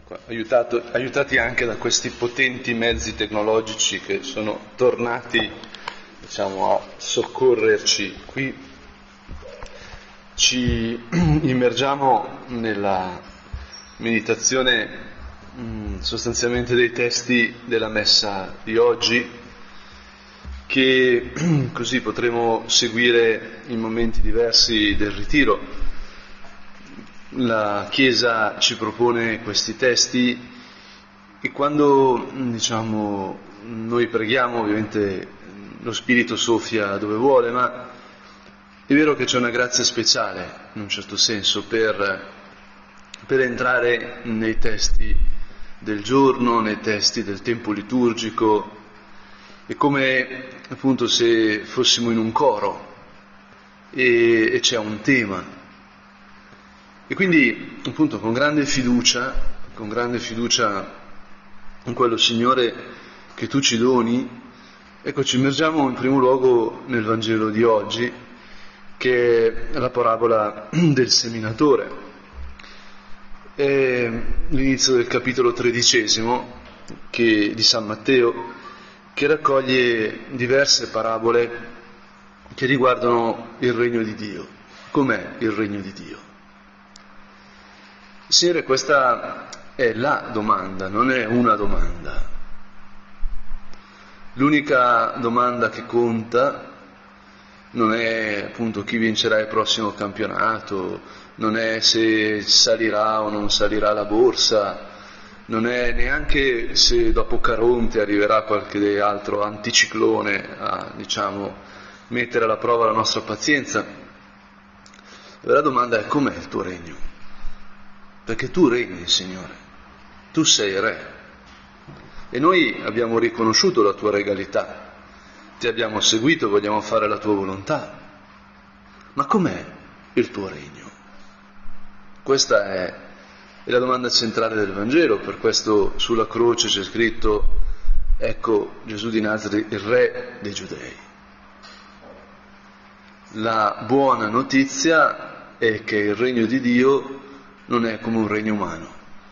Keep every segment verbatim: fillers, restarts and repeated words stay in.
aiutato, aiutati anche da questi potenti mezzi tecnologici che sono tornati, diciamo, a soccorrerci. Qui ci immergiamo nella meditazione mh, sostanzialmente dei testi della messa di oggi, che così potremo seguire in momenti diversi del ritiro. La Chiesa ci propone questi testi e quando, diciamo, noi preghiamo, ovviamente lo Spirito soffia dove vuole, ma è vero che c'è una grazia speciale, in un certo senso, per, per entrare nei testi del giorno, nei testi del tempo liturgico. È come appunto se fossimo in un coro e, e c'è un tema. E quindi appunto con grande fiducia, con grande fiducia in quello Signore che tu ci doni, ecco, ci immergiamo in primo luogo nel Vangelo di oggi, che è la parabola del seminatore. È l'inizio del capitolo tredicesimo che, di San Matteo, che raccoglie diverse parabole che riguardano il regno di Dio. Com'è il regno di Dio? Signore, questa è la domanda, non è una domanda. L'unica domanda che conta non è appunto chi vincerà il prossimo campionato, non è se salirà o non salirà la borsa, non è neanche se dopo Caronte arriverà qualche altro anticiclone a, diciamo, mettere alla prova la nostra pazienza. La vera domanda è: com'è il tuo regno? Perché tu regni, Signore, tu sei Re e noi abbiamo riconosciuto la tua regalità, ti abbiamo seguito, vogliamo fare la tua volontà, ma com'è il tuo regno? Questa è È la domanda centrale del Vangelo. Per questo sulla croce c'è scritto: ecco Gesù di Nazareth, il Re dei Giudei. La buona notizia è che il regno di Dio non è come un regno umano.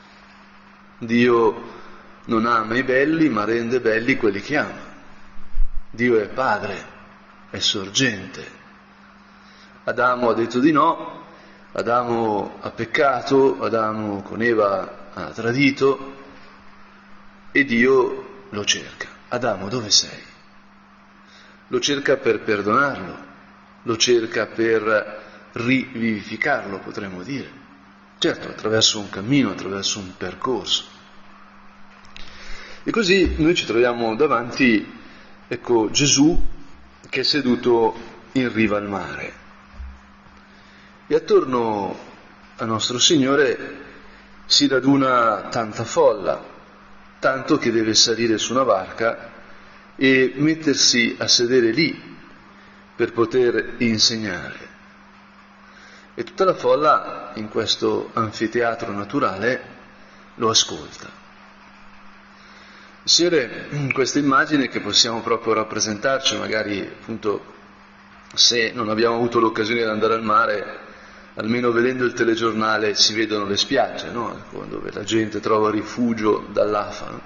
Dio non ama i belli, ma rende belli quelli che ama. Dio è Padre, è sorgente. Adamo ha detto di no, Adamo ha peccato, Adamo con Eva ha tradito e Dio lo cerca. Adamo, dove sei? Lo cerca per perdonarlo, lo cerca per rivivificarlo, potremmo dire. Certo, attraverso un cammino, attraverso un percorso. E così noi ci troviamo davanti, ecco, Gesù che è seduto in riva al mare. E attorno a nostro Signore si raduna tanta folla, tanto che deve salire su una barca e mettersi a sedere lì per poter insegnare. E tutta la folla in questo anfiteatro naturale lo ascolta. Signore, in questa immagine che possiamo proprio rappresentarci, magari appunto se non abbiamo avuto l'occasione di andare al mare, almeno vedendo il telegiornale si vedono le spiagge, no? Dove la gente trova rifugio dall'afa. No?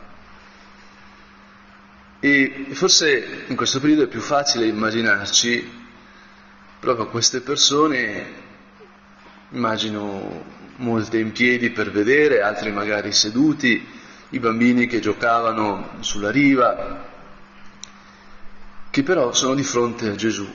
E forse in questo periodo è più facile immaginarci proprio queste persone, immagino molte in piedi per vedere, altri magari seduti, i bambini che giocavano sulla riva, che però sono di fronte a Gesù.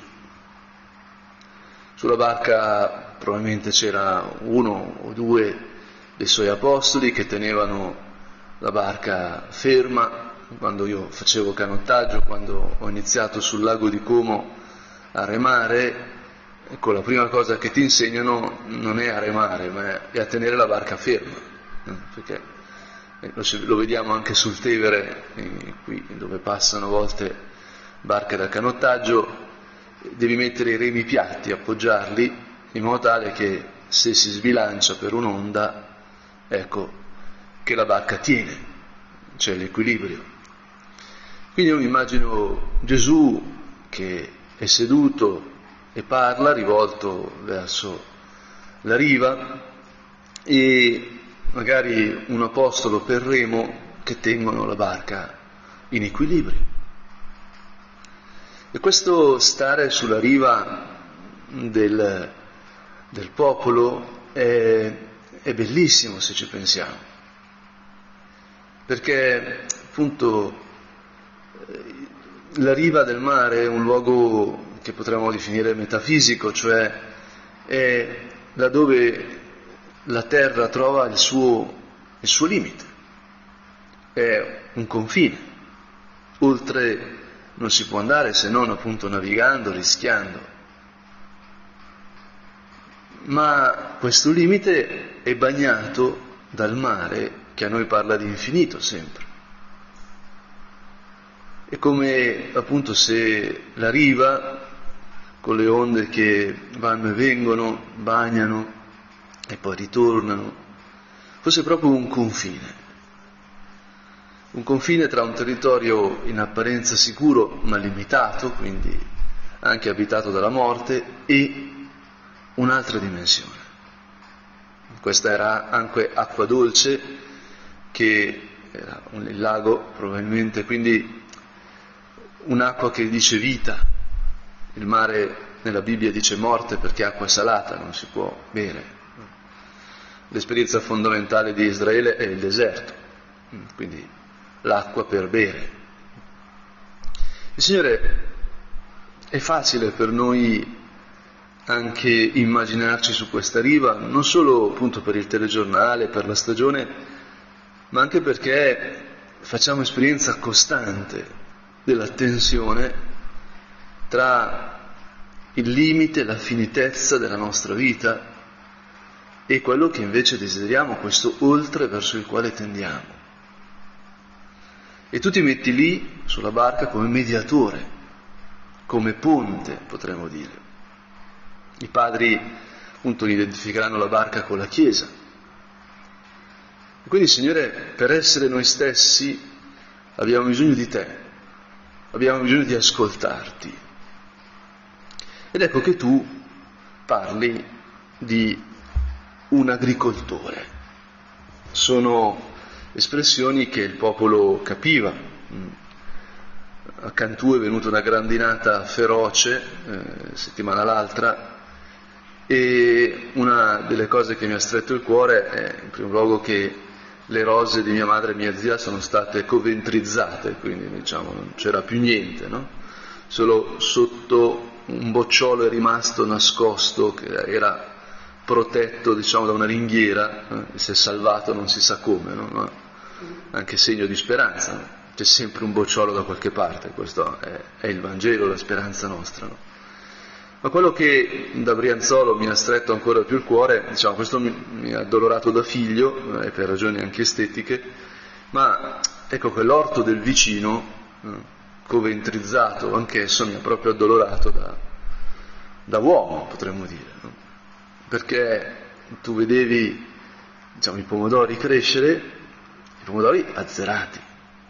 Sulla barca probabilmente c'era uno o due dei suoi apostoli che tenevano la barca ferma. Quando io facevo canottaggio, quando ho iniziato sul lago di Como a remare, ecco, la prima cosa che ti insegnano non è a remare, ma è a tenere la barca ferma, perché lo vediamo anche sul Tevere, qui dove passano a volte barche da canottaggio. Devi mettere i remi piatti, appoggiarli in modo tale che se si sbilancia per un'onda, ecco, che la barca tiene, c'è l'equilibrio. Quindi io mi immagino Gesù che è seduto e parla rivolto verso la riva e magari un apostolo per remo che tengono la barca in equilibrio. E questo stare sulla riva del, del popolo è, è bellissimo se ci pensiamo, perché appunto la riva del mare è un luogo che potremmo definire metafisico, cioè è laddove la terra trova il suo, il suo limite, è un confine, oltre non si può andare se non appunto navigando, rischiando. Ma questo limite è bagnato dal mare che a noi parla di infinito sempre. È come appunto se la riva, con le onde che vanno e vengono, bagnano e poi ritornano, fosse proprio un confine. Un confine tra un territorio in apparenza sicuro ma limitato, quindi anche abitato dalla morte, e un'altra dimensione. Questa era anche acqua dolce, che era un lago probabilmente, quindi un'acqua che dice vita. Il mare nella Bibbia dice morte perché acqua salata, non si può bere. L'esperienza fondamentale di Israele è il deserto, quindi l'acqua per bere. Il Signore, è facile per noi anche immaginarci su questa riva, non solo appunto per il telegiornale, per la stagione, ma anche perché facciamo esperienza costante della tensione tra il limite, la finitezza della nostra vita e quello che invece desideriamo, questo oltre verso il quale tendiamo. E tu ti metti lì sulla barca come mediatore, come ponte, potremmo dire. I padri appunto identificheranno la barca con la Chiesa. E quindi, Signore, per essere noi stessi abbiamo bisogno di te, abbiamo bisogno di ascoltarti. Ed ecco che tu parli di un agricoltore. Sono espressioni che il popolo capiva. A Cantù è venuta una grandinata feroce eh, settimana l'altra, e una delle cose che mi ha stretto il cuore è in primo luogo che le rose di mia madre e mia zia sono state coventrizzate, quindi diciamo non c'era più niente, no? Solo sotto un bocciolo è rimasto nascosto, che era protetto diciamo da una ringhiera, eh? E si è salvato non si sa come, no? Ma anche segno di speranza, no? C'è sempre un bocciolo da qualche parte, questo è, è il Vangelo, la speranza nostra, no? Ma quello che da Brianzolo mi ha stretto ancora più il cuore, diciamo, questo mi, mi ha addolorato da figlio, eh, per ragioni anche estetiche, ma ecco che l'orto del vicino, eh, coventrizzato anch'esso, mi ha proprio addolorato da, da uomo, potremmo dire, no? Perché tu vedevi, diciamo, i pomodori crescere, i pomodori azzerati.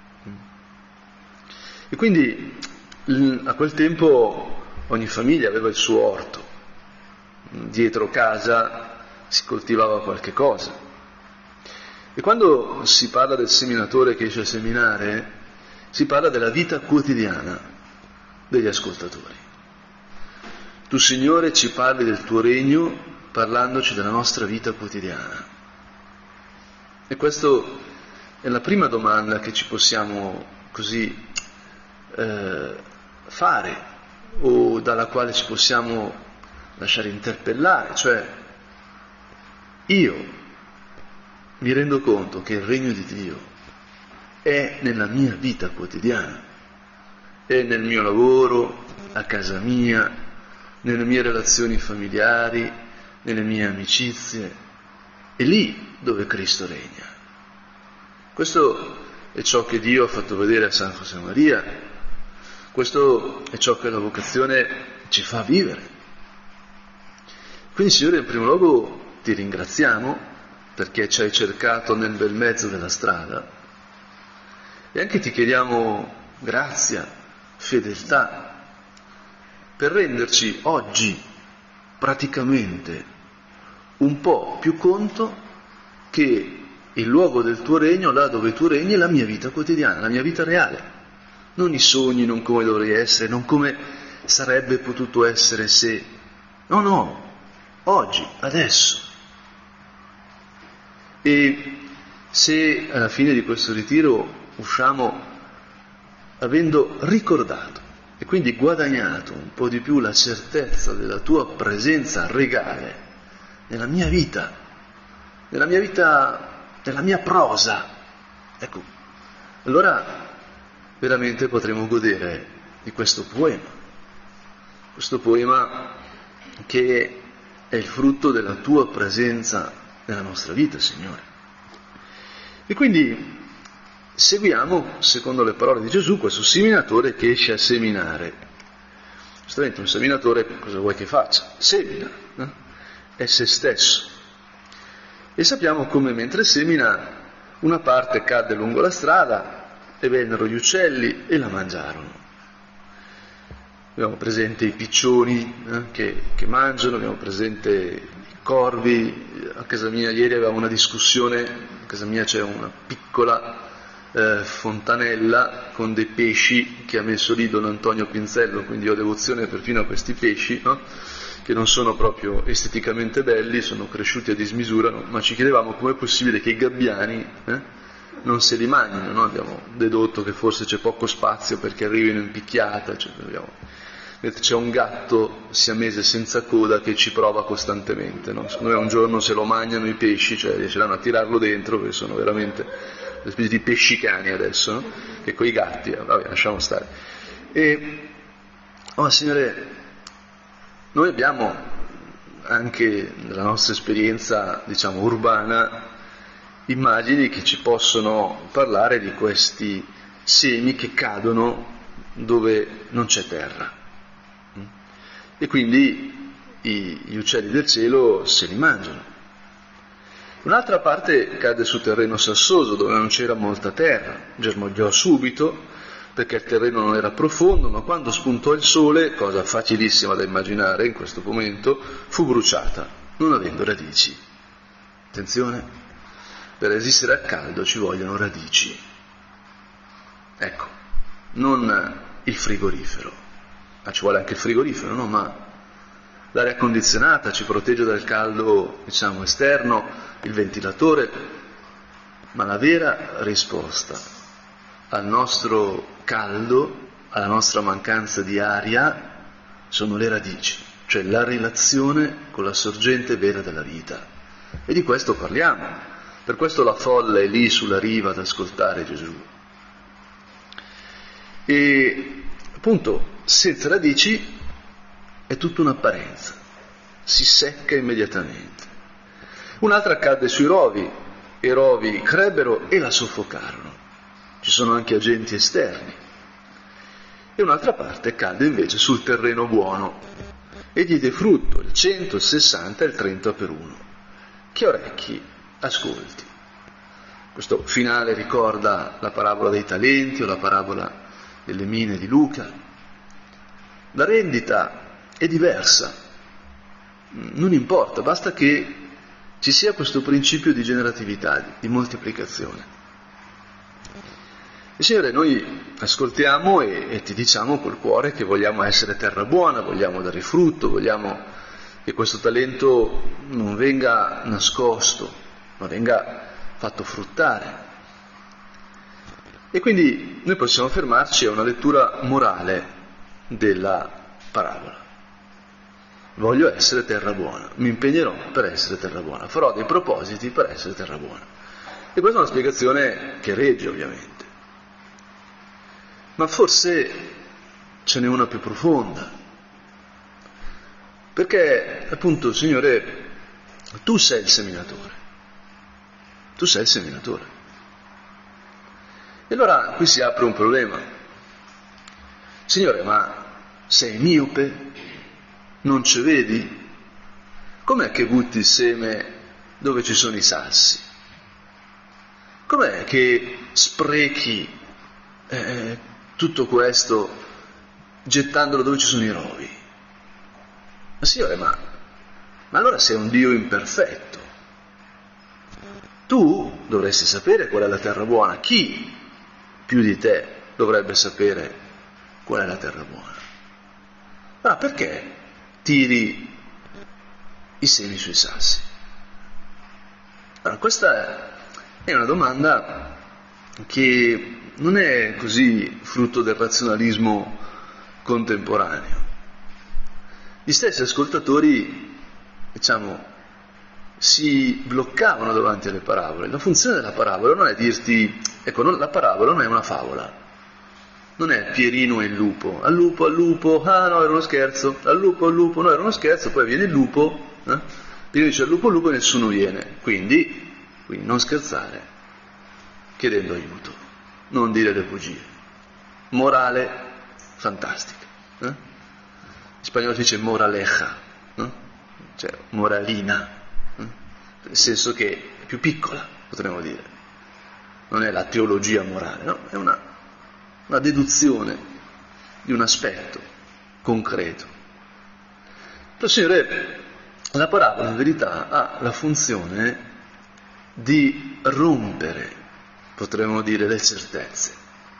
E quindi a quel tempo ogni famiglia aveva il suo orto, dietro casa si coltivava qualche cosa. E quando si parla del seminatore che esce a seminare, si parla della vita quotidiana degli ascoltatori. Tu, Signore, ci parli del tuo regno parlandoci della nostra vita quotidiana. E questa è la prima domanda che ci possiamo così eh, fare, o dalla quale ci possiamo lasciare interpellare, cioè io mi rendo conto che il regno di Dio è nella mia vita quotidiana, è nel mio lavoro, a casa mia, nelle mie relazioni familiari, nelle mie amicizie, è lì dove Cristo regna. Questo è ciò che Dio ha fatto vedere a San Josemaria. Questo è ciò che la vocazione ci fa vivere. Quindi, Signore, in primo luogo ti ringraziamo perché ci hai cercato nel bel mezzo della strada, e anche ti chiediamo grazia, fedeltà, per renderci oggi praticamente un po' più conto che il luogo del tuo regno, là dove tu regni, è la mia vita quotidiana, la mia vita reale. Non i sogni, non come dovrei essere, non come sarebbe potuto essere se... No, no, oggi, adesso. E se alla fine di questo ritiro usciamo avendo ricordato e quindi guadagnato un po' di più la certezza della tua presenza regale nella mia vita, nella mia vita, nella mia prosa, ecco, allora veramente potremo godere di questo poema, questo poema che è il frutto della tua presenza nella nostra vita, Signore. E quindi seguiamo, secondo le parole di Gesù, questo seminatore che esce a seminare. Giustamente un seminatore cosa vuoi che faccia? Semina, no? È se stesso. E sappiamo come mentre semina una parte cadde lungo la strada e vennero gli uccelli e la mangiarono. Abbiamo presente i piccioni eh, che, che mangiano, abbiamo presente i corvi. A casa mia ieri avevamo una discussione, a casa mia c'è una piccola eh, fontanella con dei pesci che ha messo lì Don Antonio Pinzello, quindi ho devozione perfino a questi pesci, no? Che non sono proprio esteticamente belli, sono cresciuti a dismisura, no? Ma ci chiedevamo com'è possibile che i gabbiani eh, non se li mangiano, no? Abbiamo dedotto che forse c'è poco spazio perché arrivino in picchiata, cioè, abbiamo... c'è un gatto siamese senza coda che ci prova costantemente, no? Secondo me un giorno se lo mangiano i pesci, cioè riusciranno a tirarlo dentro, perché sono veramente una specie di pescicani adesso, no? Che coi gatti, vabbè, lasciamo stare. E, oh Signore, noi abbiamo anche nella nostra esperienza, diciamo, urbana, immagini che ci possono parlare di questi semi che cadono dove non c'è terra. E quindi i, gli uccelli del cielo se li mangiano. Un'altra parte cade su terreno sassoso, dove non c'era molta terra, germogliò subito, perché il terreno non era profondo, ma quando spuntò il sole, cosa facilissima da immaginare in questo momento, fu bruciata, non avendo radici. Attenzione, per resistere al caldo ci vogliono radici. Ecco, non il frigorifero. Ah, ci vuole anche il frigorifero, no? Ma l'aria condizionata ci protegge dal caldo, diciamo, esterno, il ventilatore, ma la vera risposta al nostro caldo, alla nostra mancanza di aria, sono le radici, cioè la relazione con la sorgente vera della vita. E di questo parliamo. Per questo la folla è lì sulla riva ad ascoltare Gesù. E appunto, senza radici è tutta un'apparenza, si secca immediatamente. Un'altra cadde sui rovi, e i rovi crebbero e la soffocarono. Ci sono anche agenti esterni. E un'altra parte cadde invece sul terreno buono e diede frutto il cento, il sessanta e il trenta per uno. Chi ha orecchi, ascolti. Questo finale ricorda la parabola dei talenti o la parabola delle mine di Luca. La rendita è diversa, non importa, basta che ci sia questo principio di generatività, di moltiplicazione. E Signore, noi ascoltiamo e, e ti diciamo col cuore che vogliamo essere terra buona, vogliamo dare frutto, vogliamo che questo talento non venga nascosto, ma venga fatto fruttare. E quindi noi possiamo fermarci a una lettura morale della parabola. Voglio essere terra buona, mi impegnerò per essere terra buona, farò dei propositi per essere terra buona. E questa è una spiegazione che regge, ovviamente. Ma forse ce n'è una più profonda. Perché, appunto, Signore, tu sei il seminatore. Tu sei il seminatore. E allora qui si apre un problema. Signore, ma sei miope? Non ci vedi? Com'è che butti il seme dove ci sono i sassi? Com'è che sprechi eh, tutto questo gettandolo dove ci sono i rovi? Ma Signore, ma, ma allora sei un Dio imperfetto. Tu dovresti sapere qual è la terra buona. Chi più di te dovrebbe sapere qual è la terra buona? Ma perché tiri i semi sui sassi? Allora, questa è una domanda che non è così frutto del razionalismo contemporaneo. Gli stessi ascoltatori, diciamo, si bloccavano davanti alle parabole. La funzione della parabola non è dirti, ecco, non, la parabola non è una favola, non è Pierino e il lupo, al lupo, al lupo, ah no, era uno scherzo, al lupo, al lupo, no, era uno scherzo, poi viene il lupo, eh? Pierino dice al lupo, al lupo e nessuno viene, quindi, quindi non scherzare, chiedendo aiuto, non dire le bugie. Morale fantastica, eh? In spagnolo si dice moraleja, eh? Cioè moralina, nel senso che è più piccola, potremmo dire. Non è la teologia morale, no? È una, una deduzione di un aspetto concreto. Però, Signore, la parabola in verità ha la funzione di rompere, potremmo dire, le certezze,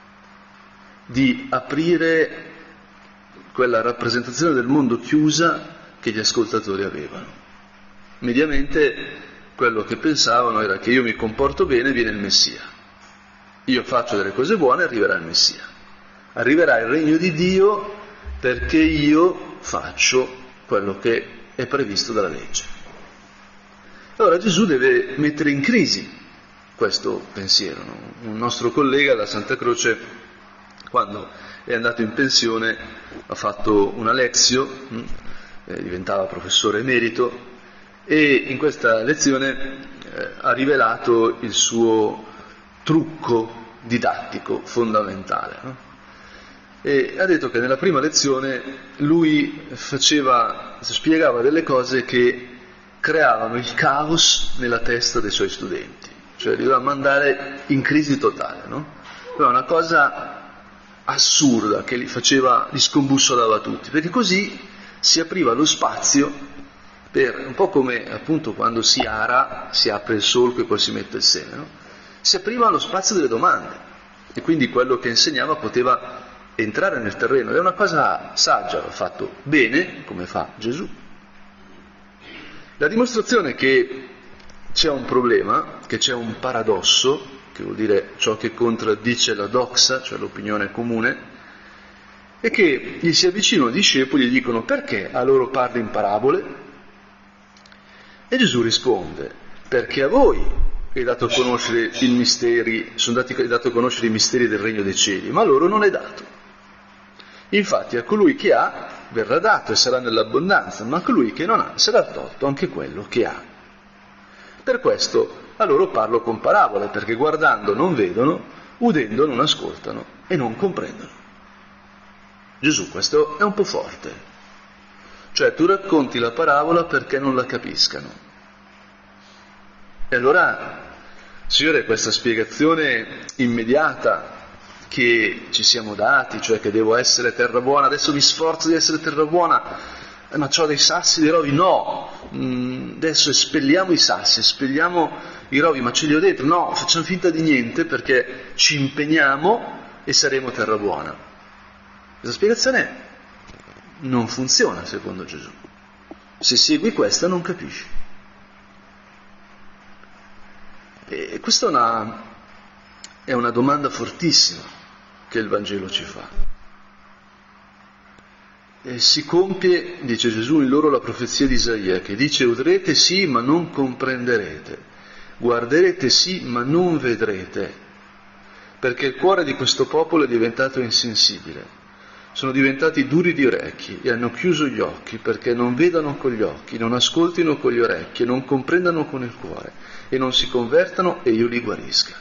di aprire quella rappresentazione del mondo chiusa che gli ascoltatori avevano. Mediamente quello che pensavano era che io mi comporto bene, viene il Messia. Io faccio delle cose buone, arriverà il Messia. Arriverà il regno di Dio perché io faccio quello che è previsto dalla legge. Allora Gesù deve mettere in crisi questo pensiero, no? Un nostro collega alla Santa Croce, quando è andato in pensione, ha fatto una lezio, eh, diventava professore emerito, e in questa lezione eh, ha rivelato il suo trucco didattico fondamentale, no? E ha detto che nella prima lezione lui faceva, spiegava delle cose che creavano il caos nella testa dei suoi studenti, cioè li doveva mandare in crisi totale, no? Era una cosa assurda che li faceva, li scombussolava tutti, perché così si apriva lo spazio per, un po' come appunto quando si ara, si apre il solco e poi si mette il seme, no? Si apriva lo spazio delle domande e quindi quello che insegnava poteva entrare nel terreno. È una cosa saggia, l'ha fatto bene, come fa Gesù. La dimostrazione che c'è un problema, che c'è un paradosso, che vuol dire ciò che contraddice la doxa, cioè l'opinione comune, è che gli si avvicinano i discepoli e gli dicono: perché a loro parli in parabole? E Gesù risponde: perché a voi è dato a conoscere i misteri, sono dati, è dato a conoscere i misteri del regno dei cieli, ma a loro non è dato. Infatti a colui che ha verrà dato e sarà nell'abbondanza, ma a colui che non ha sarà tolto anche quello che ha. Per questo a loro parlo con parabole, perché guardando non vedono, udendo non ascoltano e non comprendono. Gesù, questo è un po' forte. Cioè tu racconti la parabola perché non la capiscano. E allora, Signore, questa spiegazione immediata che ci siamo dati, cioè che devo essere terra buona, adesso mi sforzo di essere terra buona, eh, ma c'ho dei sassi, dei rovi, no, mm, adesso espelliamo i sassi, espelliamo i rovi, ma ce li ho dentro, no, facciamo finta di niente perché ci impegniamo e saremo terra buona. Questa spiegazione non funziona secondo Gesù. Se segui questa non capisci. E questa è una, è una domanda fortissima che il Vangelo ci fa. E si compie, dice Gesù, in loro la profezia di Isaia, che dice: udrete sì ma non comprenderete, guarderete sì ma non vedrete, perché il cuore di questo popolo è diventato insensibile. Sono diventati duri di orecchi e hanno chiuso gli occhi perché non vedano con gli occhi, non ascoltino con gli orecchi e non comprendano con il cuore e non si convertano e io li guarisca.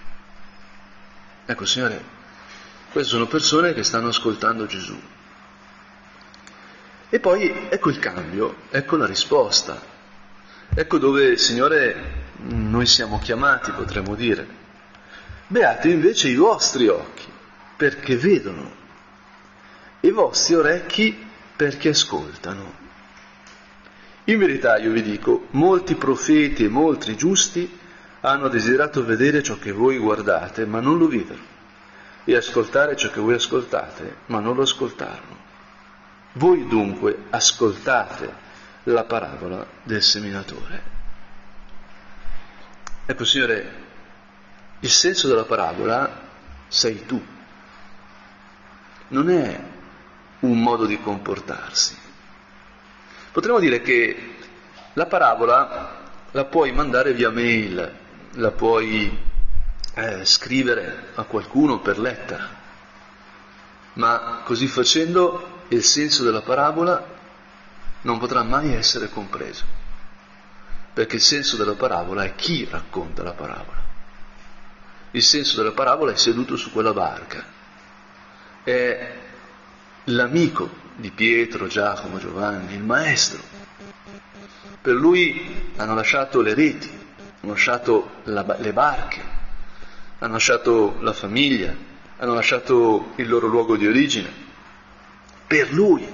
Ecco, Signore, queste sono persone che stanno ascoltando Gesù. E poi ecco il cambio, ecco la risposta, ecco dove, Signore, noi siamo chiamati, potremmo dire. Beati invece i vostri occhi, perché vedono, e i vostri orecchi perché ascoltano. In verità io vi dico, molti profeti e molti giusti hanno desiderato vedere ciò che voi guardate, ma non lo videro, e ascoltare ciò che voi ascoltate, ma non lo ascoltarono. Voi dunque ascoltate la parabola del seminatore. Ecco, Signore, il senso della parabola sei tu. Non è un modo di comportarsi. Potremmo dire che la parabola la puoi mandare via mail, la puoi eh, scrivere a qualcuno per lettera, ma così facendo il senso della parabola non potrà mai essere compreso, perché il senso della parabola è chi racconta la parabola. Il senso della parabola è seduto su quella barca, è l'amico di Pietro, Giacomo, Giovanni, il maestro. Per lui hanno lasciato le reti, hanno lasciato la, le barche, hanno lasciato la famiglia, hanno lasciato il loro luogo di origine. Per lui,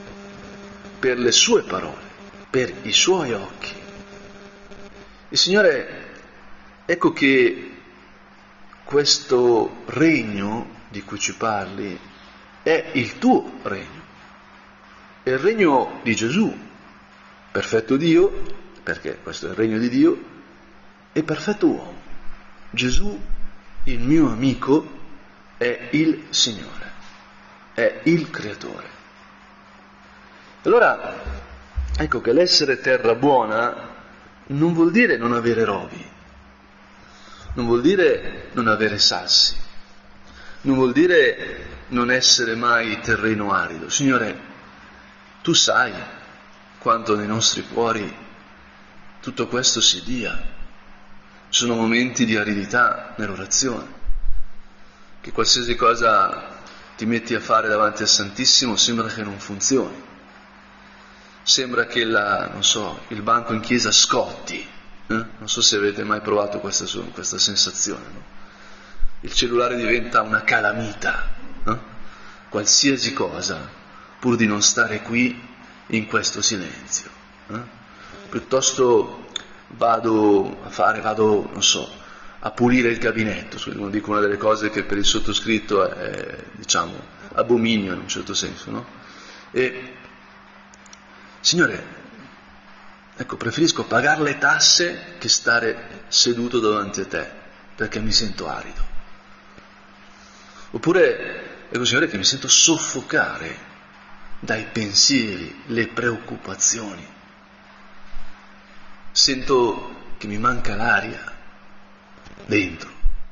per le sue parole, per i suoi occhi. Il Signore, ecco che questo regno di cui ci parli è il tuo regno, è il regno di Gesù, perfetto Dio, perché questo è il regno di Dio, e perfetto uomo. Gesù, il mio amico, è il Signore, è il Creatore. Allora, ecco che l'essere terra buona non vuol dire non avere rovi, non vuol dire non avere sassi, non vuol dire non essere mai terreno arido. Signore, tu sai quanto nei nostri cuori tutto questo si dia. Sono momenti di aridità nell'orazione, che qualsiasi cosa ti metti a fare davanti al Santissimo sembra che non funzioni, sembra che la, non so, il banco in chiesa scotti. Eh? Non so se avete mai provato questa, questa sensazione, no? Il cellulare diventa una calamita, no? Qualsiasi cosa, pur di non stare qui in questo silenzio. Eh? Piuttosto vado a fare, vado, non so, a pulire il gabinetto, non dico una delle cose che per il sottoscritto è, diciamo, abominio in un certo senso, no? E, Signore, ecco, preferisco pagare le tasse che stare seduto davanti a te, perché mi sento arido. Oppure, ecco, Signore, che mi sento soffocare dai pensieri, le preoccupazioni. Sento che mi manca l'aria dentro.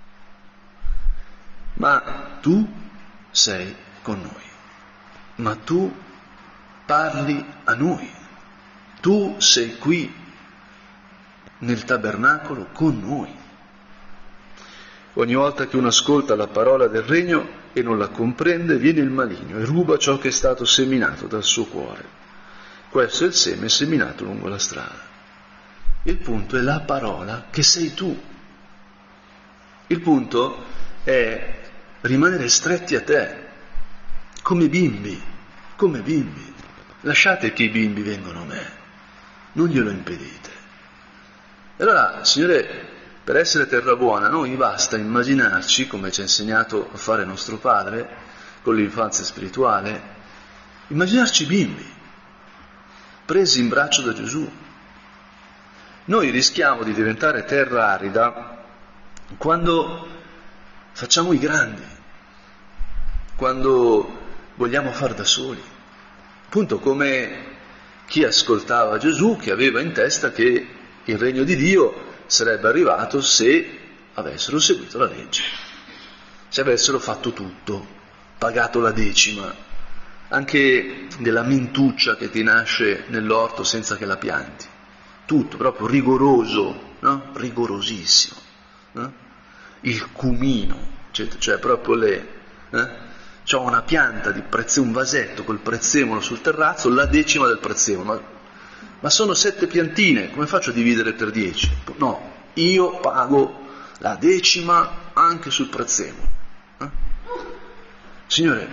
Ma tu sei con noi, ma tu parli a noi. Tu sei qui nel tabernacolo con noi. Ogni volta che uno ascolta la parola del regno e non la comprende, viene il maligno e ruba ciò che è stato seminato dal suo cuore. Questo è il seme seminato lungo la strada. Il punto è la parola che sei tu. Il punto è rimanere stretti a te, come bimbi, come bimbi. Lasciate che i bimbi vengano a me. Non glielo impedite. E allora, Signore, per essere terra buona, noi basta immaginarci, come ci ha insegnato a fare nostro Padre, con l'infanzia spirituale, immaginarci bimbi, presi in braccio da Gesù. Noi rischiamo di diventare terra arida quando facciamo i grandi, quando vogliamo far da soli. Appunto come chi ascoltava Gesù, che aveva in testa che il regno di Dio sarebbe arrivato se avessero seguito la legge, se avessero fatto tutto, pagato la decima, anche della mintuccia che ti nasce nell'orto senza che la pianti, tutto proprio rigoroso, no? Rigorosissimo, no? Il cumino, cioè, cioè proprio le... Eh? C'ho una pianta di prezzemolo, un vasetto col prezzemolo sul terrazzo, la decima del prezzemolo, ma, ma sono sette piantine, come faccio a dividere per dieci? No, io pago la decima anche sul prezzemolo. Eh? Signore,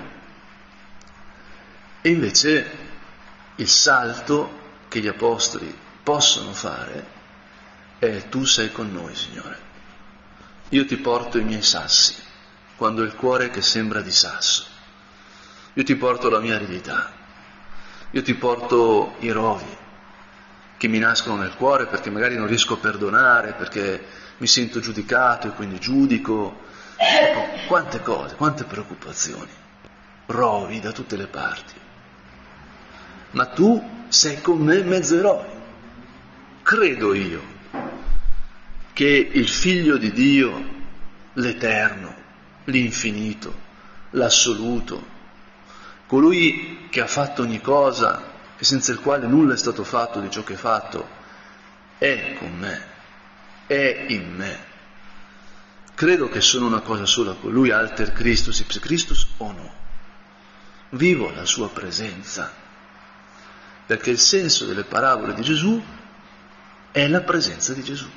e invece il salto che gli apostoli possono fare è tu sei con noi, Signore. Io ti porto i miei sassi, quando il cuore che sembra di sasso. Io ti porto la mia aridità. Io ti porto i rovi che mi nascono nel cuore perché magari non riesco a perdonare, perché mi sento giudicato e quindi giudico. Ecco, quante cose, quante preoccupazioni, rovi da tutte le parti. Ma tu sei con me in mezzo ai rovi. Credo io che il Figlio di Dio, l'Eterno, l'Infinito, l'Assoluto, colui che ha fatto ogni cosa e senza il quale nulla è stato fatto di ciò che è fatto, è con me, è in me. Credo che sono una cosa sola con lui, alter Christus ipse Christus o no. Vivo la sua presenza, perché il senso delle parabole di Gesù è la presenza di Gesù.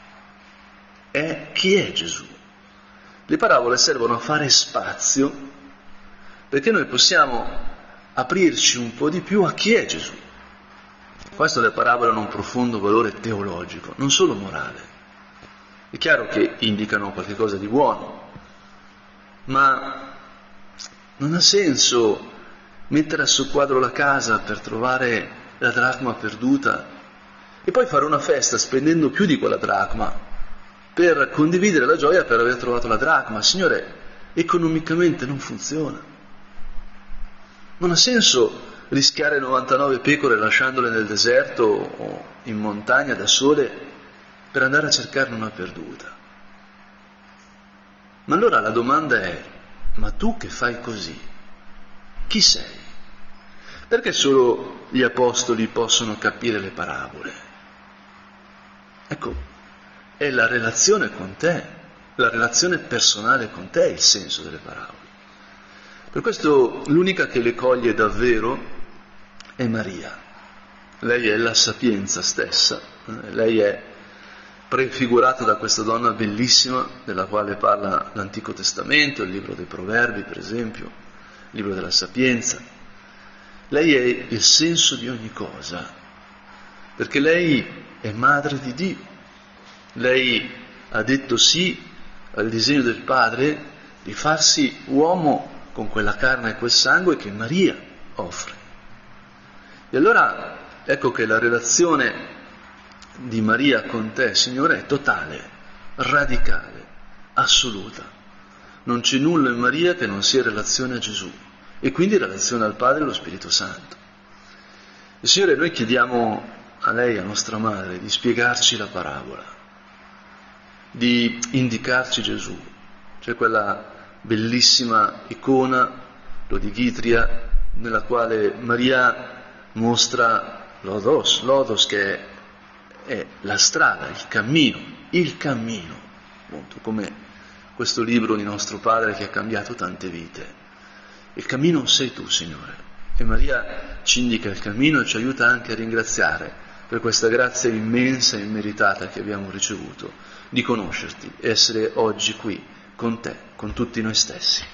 È chi è Gesù. Le parabole servono a fare spazio perché noi possiamo aprirci un po' di più a chi è Gesù. Questo le parabole hanno un profondo valore teologico, non solo morale. È chiaro che indicano qualche cosa di buono, ma non ha senso mettere a soqquadro la casa per trovare la dracma perduta e poi fare una festa spendendo più di quella dracma per condividere la gioia per aver trovato la dracma. Signore, economicamente non funziona. Non ha senso rischiare novantanove pecore lasciandole nel deserto o in montagna da sole per andare a cercarne una perduta. Ma allora la domanda è, ma tu che fai così? Chi sei? Perché solo gli apostoli possono capire le parabole? Ecco, è la relazione con te, la relazione personale con te il senso delle parabole. Per questo l'unica che le coglie davvero è Maria. Lei è la sapienza stessa, lei è prefigurata da questa donna bellissima della quale parla l'Antico Testamento, il libro dei Proverbi per esempio, il libro della Sapienza. Lei è il senso di ogni cosa, perché lei è madre di Dio. Lei ha detto sì al disegno del Padre di farsi uomo con quella carne e quel sangue che Maria offre. E allora ecco che la relazione di Maria con te, Signore, è totale, radicale, assoluta. Non c'è nulla in Maria che non sia relazione a Gesù e quindi relazione al Padre e allo Spirito Santo. E Signore, noi chiediamo a lei, a nostra madre, di spiegarci la parabola, di indicarci Gesù. C'è quella bellissima icona, l'Odigitria, nella quale Maria mostra l'Odos, l'Odos che è è la strada, il cammino, il cammino, appunto, come questo libro di nostro Padre che ha cambiato tante vite. Il cammino sei tu, Signore, e Maria ci indica il cammino e ci aiuta anche a ringraziare per questa grazia immensa e immeritata che abbiamo ricevuto di conoscerti e essere oggi qui con te, con tutti noi stessi.